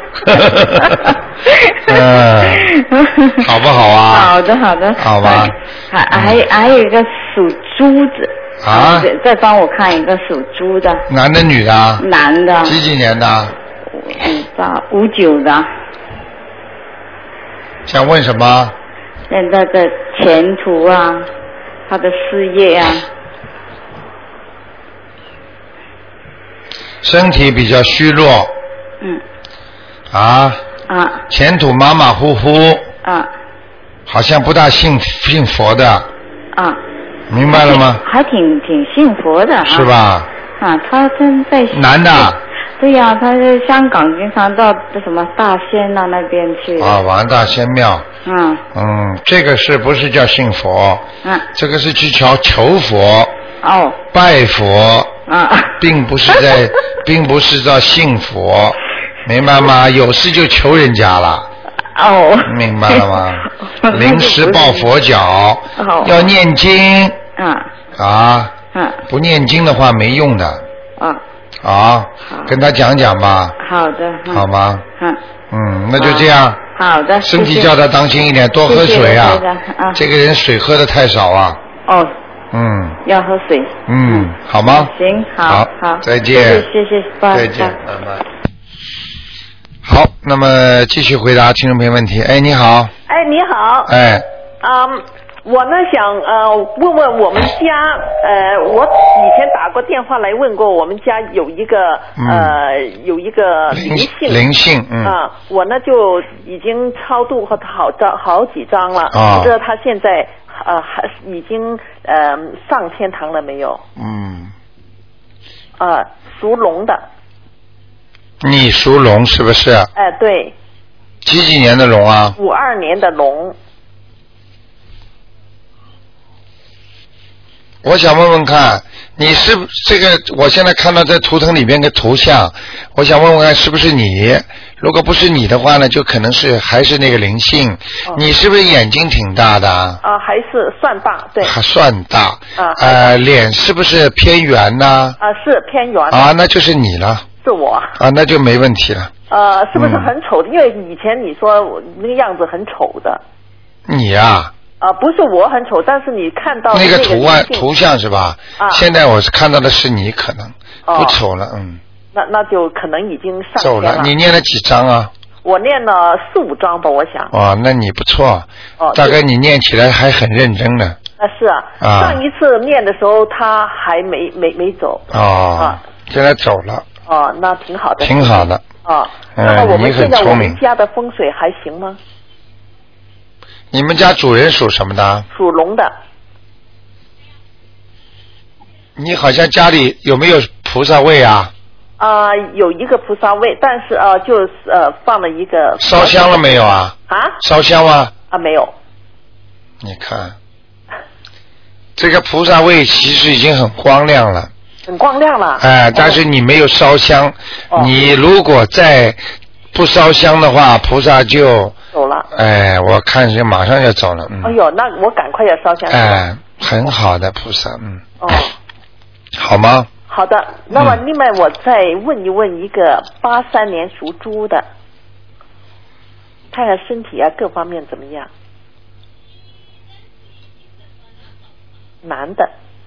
A: 好不好啊？
G: 好的。
A: 好吧。
G: 还有一个属猪的。再帮我看一个属猪的。
A: 男的女的？
G: 男的。
A: 几年的
G: ？59的。
A: 想问什么？
G: 现在的前途啊，他的事业啊。
A: 身体比较虚弱。前途马马虎虎。好像不大信佛的。明白了吗？
G: 还挺信佛的。
A: 是吧？
G: 他正在。
A: 男的。
G: 对呀，他在香港经常到什么大仙那边去。
A: 王大仙庙。这个是不是叫信佛？这个是去求佛。拜佛。并不是在信佛，明白吗？有事就求人家了。明白了吗？临时抱佛脚。要念经。不念经的话没用的。跟他讲讲吧。
G: 好的。
A: 好吗？那就这样。
G: 好的。
A: 身体叫他当心一点，多喝水啊。这个人水喝的太少啊。
G: 要喝水。
A: 好吗？
G: 行，好，
A: 再见。
G: 谢谢，
A: 再见，拜拜。好，那么继续回答听众朋友问题。哎，你好。
H: 哎，你好。
A: 哎。
H: 我呢想问问我们家我以前打过电话来问过，我们家有一个灵性我呢就已经超度好几张了，不知道他现在已经上天堂了没有？属龙的。
A: 你属龙是不是？
H: 对。
A: 几年的龙啊
H: ？52年的龙。
A: 我想问问看，你是这个？我现在看到在图腾里边个图像，我想问问看是不是你？如果不是你的话呢，就可能是还是那个灵性。你是不是眼睛挺大的？
H: 还是算大，对。
A: 还算大。脸是不是偏圆呢？
H: 是偏圆。
A: 那就是你了。
H: 是我。
A: 那就没问题了。
H: 是不是很丑的？因为以前你说我那个样子很丑的。
A: 你呀。
H: 不是我很丑，但是你看到
A: 那个图像是吧？现在我是看到的是你，可能不丑了，
H: 那就可能已经上
A: 走了。你念了几张啊？
H: 我念了4、5张吧，我想。
A: 那你不错。大概你念起来还很认真的。
H: 是啊。上一次念的时候他还没走。
A: 现在走了。
H: 那挺好的。
A: 挺好的。
H: 那么我们现在我们家的风水还行吗？
A: 你们家主人属什么的？
H: 属龙的。
A: 你好像家里有没有菩萨位啊？
H: 有一个菩萨位，但是就是放了一个。
A: 烧香了没有啊？烧香吗？
H: 没有。
A: 你看，这个菩萨位其实已经很光亮了。
H: 很光亮了。
A: 但是你没有烧香，你如果再不烧香的话，菩萨就
H: 走了。
A: 我看是马上要走了。
H: 哎呦，那我赶快要烧香。
A: 很好的菩萨，好吗？
H: 好的，那么另外我再问一问一个83年属猪的，看看身体各方面怎么样？男的。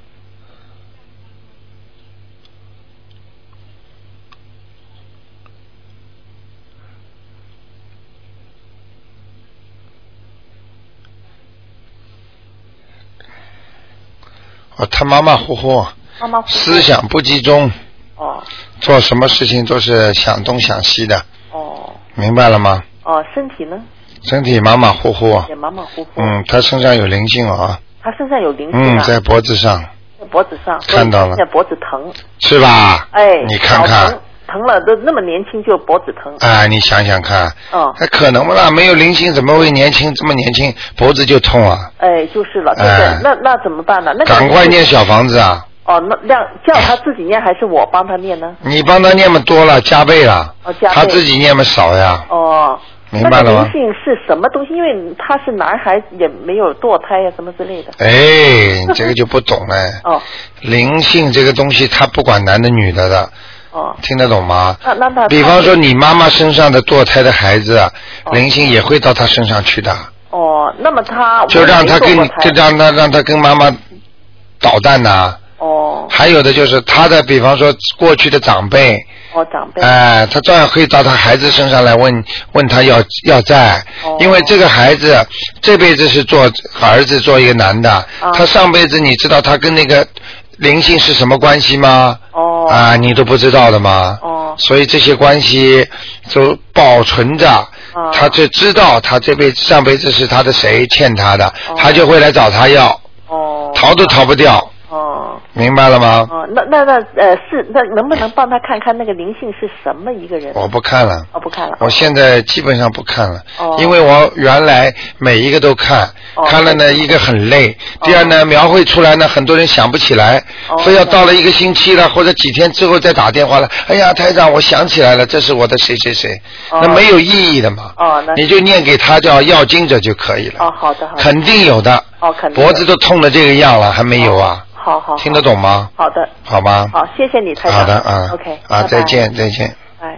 A: 他马马虎虎，思想不集中，做什么事情都是想东想西的，明白了吗？
H: 身体呢？
A: 身体马马虎虎，
H: 也马马虎虎。
A: 他身上有灵性
H: 他身上有灵性
A: 在脖子上。
H: 在脖子上。
A: 看到了。
H: 在脖子疼。
A: 是吧？你看看。
H: 疼了，都那么年轻就脖子疼。
A: 你想想看。那可能吗？没有灵性怎么会年轻？这么年轻脖子就痛啊？
H: 就是了。那怎么办呢？
A: 赶快念小房子啊！
H: 那叫他自己念还是我帮他念呢？
A: 你帮他念嘛多了，加倍了。
H: 加倍。
A: 他自己念嘛少呀。明白了吗？
H: 灵性是什么东西？因为他是男孩，也没有堕胎什么之类的。
A: 这个就不懂了。灵性这个东西，他不管男的女的。听得懂吗？比方说你妈妈身上的堕胎的孩子，灵性也会到他身上去的。
H: 那么他
A: 就让他跟妈妈捣蛋呐。还有的就是他的，比方说过去的长辈。
H: 长辈。
A: 他照样可以到他孩子身上来问他要债，因为这个孩子这辈子是做儿子做一个男的，他上辈子你知道他跟那个灵性是什么关系吗？你都不知道的吗？所以这些关系就保存着，他就知道他上辈子是他的谁欠他的，他就会来找他要，逃都逃不掉。明白了吗？
H: 那能不能帮他看看那个灵性是什么一个人？
A: 我不看了。
H: 不看了。
A: 我现在基本上不看了，因为我原来每一个都看，看了呢一个很累，第二呢描绘出来呢很多人想不起来，非要到了1个星期了或者几天之后再打电话了，哎呀台长我想起来了，这是我的谁谁谁，那没有意义的嘛。你就念给他叫要经者就可以了。
H: 好的。
A: 肯定有的。
H: 肯定。
A: 脖子都痛的这个样了，还没有啊？
H: 好，
A: 听得懂吗？
H: 好的，
A: 好吧。
H: 好，谢谢你，台长。
A: 好的
H: OK。
A: 再见。
H: 拜。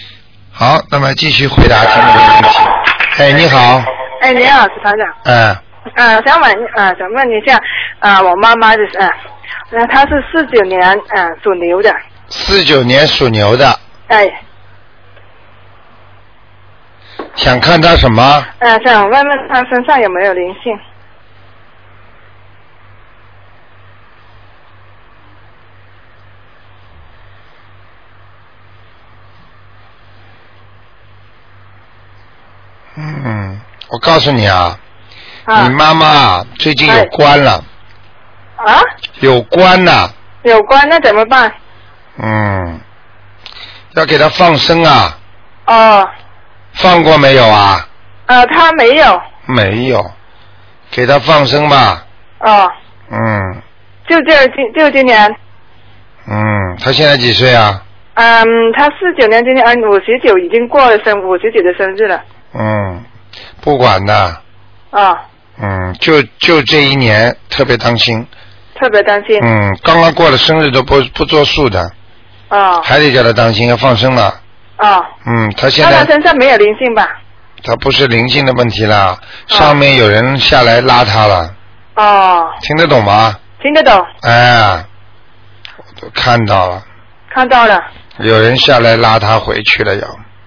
A: 好，那么继续回答听众的问题。你好。
I: 你好，是台长。 想问一下我妈妈的她是49年属牛的。
A: 49年属牛的。
I: 哎。
A: 想看她什么？
I: 想问问她身上有没有灵性。
A: 我告诉你你妈妈最近有关了。有关了。
I: 有关，那怎么办？
A: 要给她放生啊。放过没有啊？
I: 她没有。
A: 没有，给她放生吧。
I: 就今年。
A: 她现在几岁啊？
I: 她49年，今年59，已经过了59的生日了。
A: 不管的。就这一年特别当心。
I: 特别担心。
A: 刚刚过了生日都不作数的。还得叫他当心，要放生了。他现在。
I: 他身上没有灵性吧？
A: 他不是灵性的问题啦，上面有人下来拉他了。听得懂吗？
I: 听得懂。
A: 我都看到了。
I: 看到了。
A: 有人下来拉他回去了要。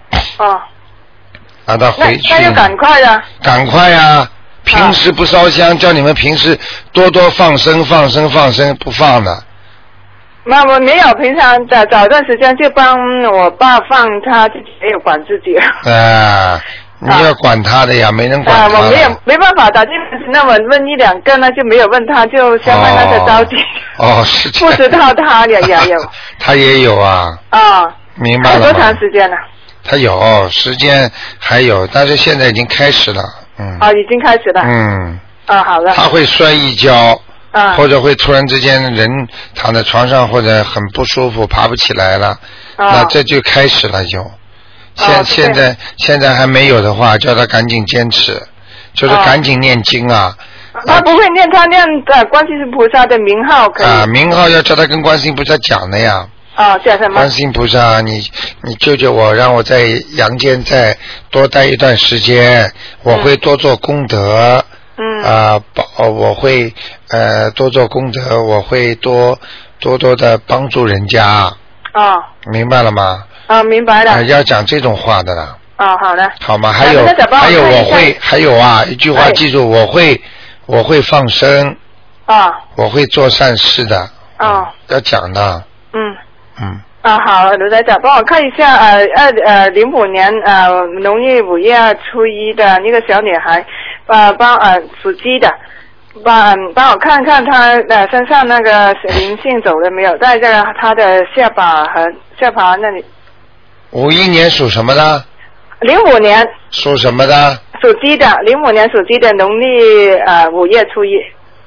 A: 拉他回去。
I: 那就赶快呀。赶
A: 快呀！平时不烧香，叫你们平时多多放生，不放的。
I: 那我没有，平常找段时间就帮我爸放，他自己没有管自己。
A: 你要管他的呀，没人管他。
I: 我没办法打进来，那我问一两个，那就没有问他，就相当那个着急。
A: 是这样。
I: 不知道他也有。
A: 他也有啊。明白了吗？
I: 多长时间了？
A: 他有时间还有，但是现在已经开始了。
I: 已经开始了。好的。
A: 他会摔一跤。或者会突然之间人躺在床上或者很不舒服爬不起来了。那这就开始了就。现在还没有的话，叫他赶紧坚持，就是赶紧念经啊。
I: 他不会念，他念观世音菩萨的名号可以。
A: 名号要叫他跟观世音菩萨讲的呀。
I: 讲什么？观
A: 世音菩萨，你救救我，让我在阳间再多待一段时间，我会多做功德。我会多做功德，我会多的帮助人家。明白了吗？
I: 明白了。
A: 要讲这种话的啦。
I: 好的。
A: 好吗？还有一句话记住，我会放生。我会做善事的。要讲的。
I: 好，卢台长，帮我看一下05年农历5月初1的那个小女孩，属鸡的，帮我看看她身上那个灵性走了没有，在这个她的下巴那里。
A: 51年属什么的
I: ？05年。
A: 属什么的？
I: 属鸡的，05年属鸡的，农历5月初1。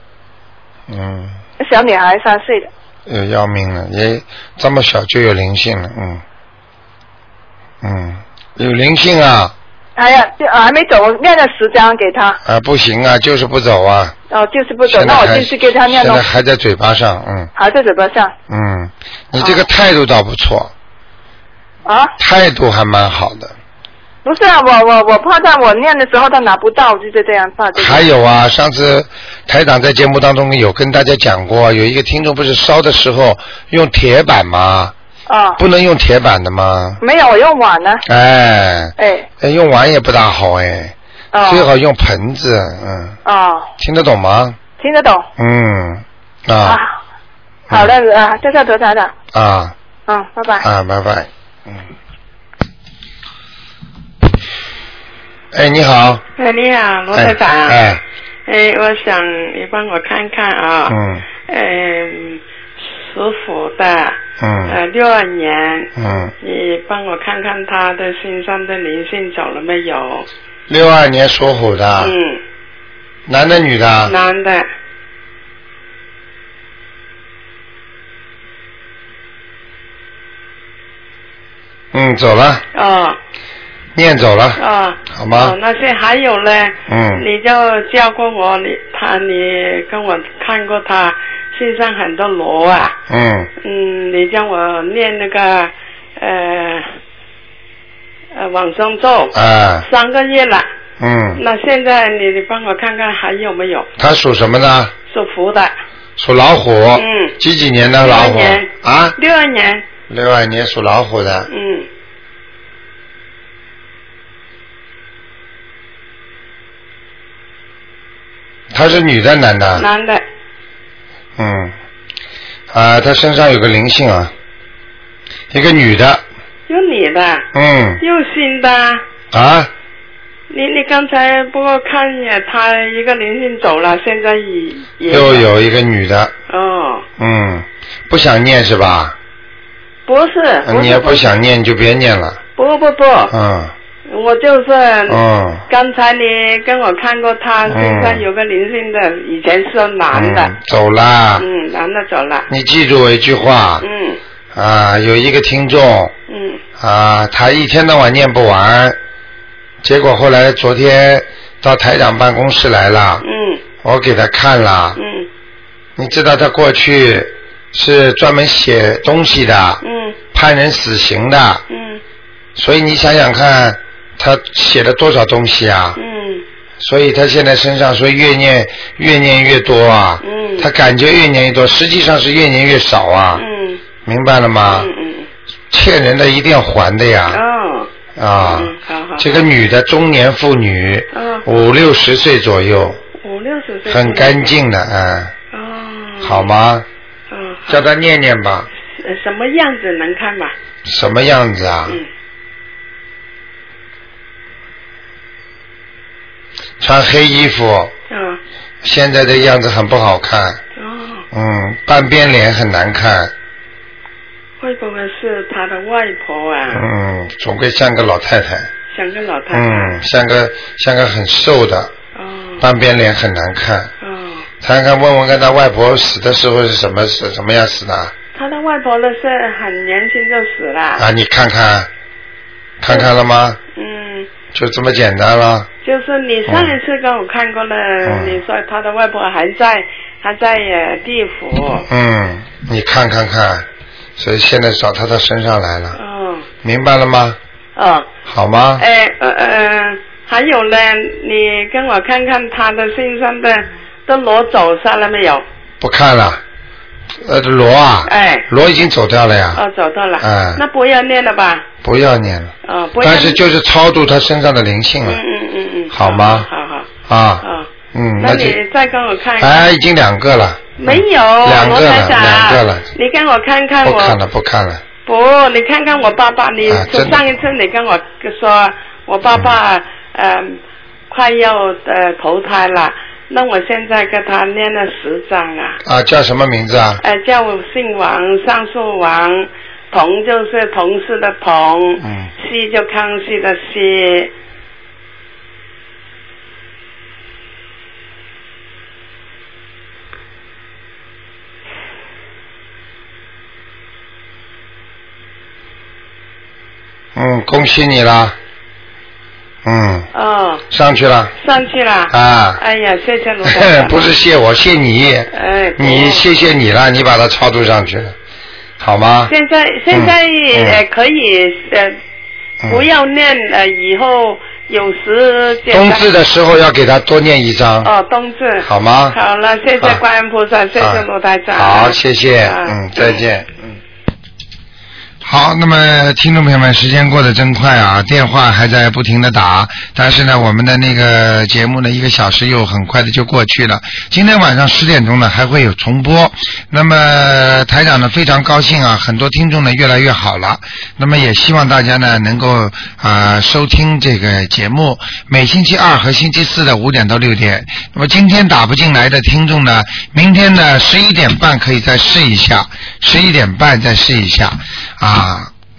I: 小女孩3岁的。
A: 要命了，也这么小就有灵性了。有灵性啊。
I: 还没走，念了10张给他。
A: 不行啊，就是不走啊。
I: 就是不走，那我继续给他念。
A: 现在还在嘴巴上。
I: 还在嘴巴上。
A: 你这个态度倒不错。态度还蛮好的。
I: 不是啊，我怕他我念的时候他拿不到，就是这样怕。
A: 还有啊，上次台长在节目当中有跟大家讲过，有一个听众不是烧的时候用铁板吗？不能用铁板的吗？
I: 没有，我用碗呢。
A: 用碗也不大好最好用盆子。听得懂吗？
I: 听得懂。好的这下头台长。拜拜。
A: 拜拜。你好。
J: 你好，罗台长。我想你帮我看看啊。属虎的。62年。你帮我看看他的身上的灵性走了没有
A: ？62年属虎的。男的女的？
J: 男的。
A: 走了。念走了。好吗？
J: 那些还有呢。你就教过我，你跟我看过他身上很多螺啊。你叫我念那个往生咒。3个月了。 那现在你帮我看看还有没有？
A: 他属什么呢？
J: 属虎的。
A: 属老虎。几年的老虎？啊
J: ？62年。
A: 62年属老虎的。他是女的男的？
J: 男的。
A: 他身上有个灵性啊，一个女的。
J: 有女的。有新的。
A: 啊？
J: 你刚才不过看也，他一个灵性走了，现在也
A: 又有一个女的。不想念是吧？
J: 不是。
A: 你要不想念就别念了。
J: 不。我就是刚才你跟我看过他身上有个灵性的，以前是男的。
A: 走了。
J: 男的走了。
A: 你记住我一句话。有一个听众。他一天到晚念不完。结果后来昨天到台长办公室来了，我给他看了，你知道他过去是专门写东西的，判人死刑的，所以你想想看他写了多少东西啊，所以他现在身上所以越念越多啊，他感觉越念越多，实际上是越念越少啊，明白了吗？欠人的一定要还的呀。
J: 好，
A: 这个女的中年妇女，50-60岁左右
J: ，50-60岁，
A: 很干净的，好吗？叫她念念吧。
J: 什么样子能看吧？
A: 什么样子啊？穿黑衣服。现在的样子很不好看。半边脸很难看。
J: 会不会是他的外婆啊？
A: 总归像个老太太。
J: 像个老太太。
A: 像个很瘦的。半边脸很难看。问看他外婆死的时候是什么样死的？
J: 他的外婆呢是很年轻就死了。
A: 你看了吗？就这么简单了。
J: 就是你上一次跟我看过了，你说他的外婆还在地府。
A: 你看。所以现在找他到身上来了。明白了吗？好吗？
J: 还有呢，你跟我看看他的身上的螺走下了没有？
A: 不看了。螺啊？螺已经走掉了呀。
J: 走掉了。那不要念了吧？
A: 不要念了。但是就是超度他身上的灵性了。好吗？
J: 好。那你再跟我看看。
A: 已经2个了。
J: 没有
A: ，2个了。
J: 你跟我看看我。
A: 不看了。
J: 不，你看看我爸爸，你上一次你跟我说我爸爸快要投胎了，那我现在跟他念了10章啊。
A: 叫什么名字啊？
J: 叫我姓王，上树王，同就是同事的同，熙就康熙的熙。
A: 恭喜你了。上去了。
J: 哎呀，谢谢卢台长。
A: 不是谢我，谢你。你谢你了，你把它超度上去了，好吗？
J: 现在可以不要念以后有时
A: 冬至的时候要给他多念1章。
J: 冬至。
A: 好吗？
J: 好了，谢谢观音菩萨，谢谢卢台长。
A: 好，谢谢。再见。好，那么听众朋友们，时间过得真快啊，电话还在不停的打，但是呢，我们的那个节目呢，1个小时又很快的就过去了。今天晚上10点钟呢还会有重播。那么台长呢非常高兴啊，很多听众呢越来越好了。那么也希望大家呢能够收听这个节目，每星期2和星期4的5点到6点。那么今天打不进来的听众呢，明天呢11点半可以再试一下，11点半再试一下。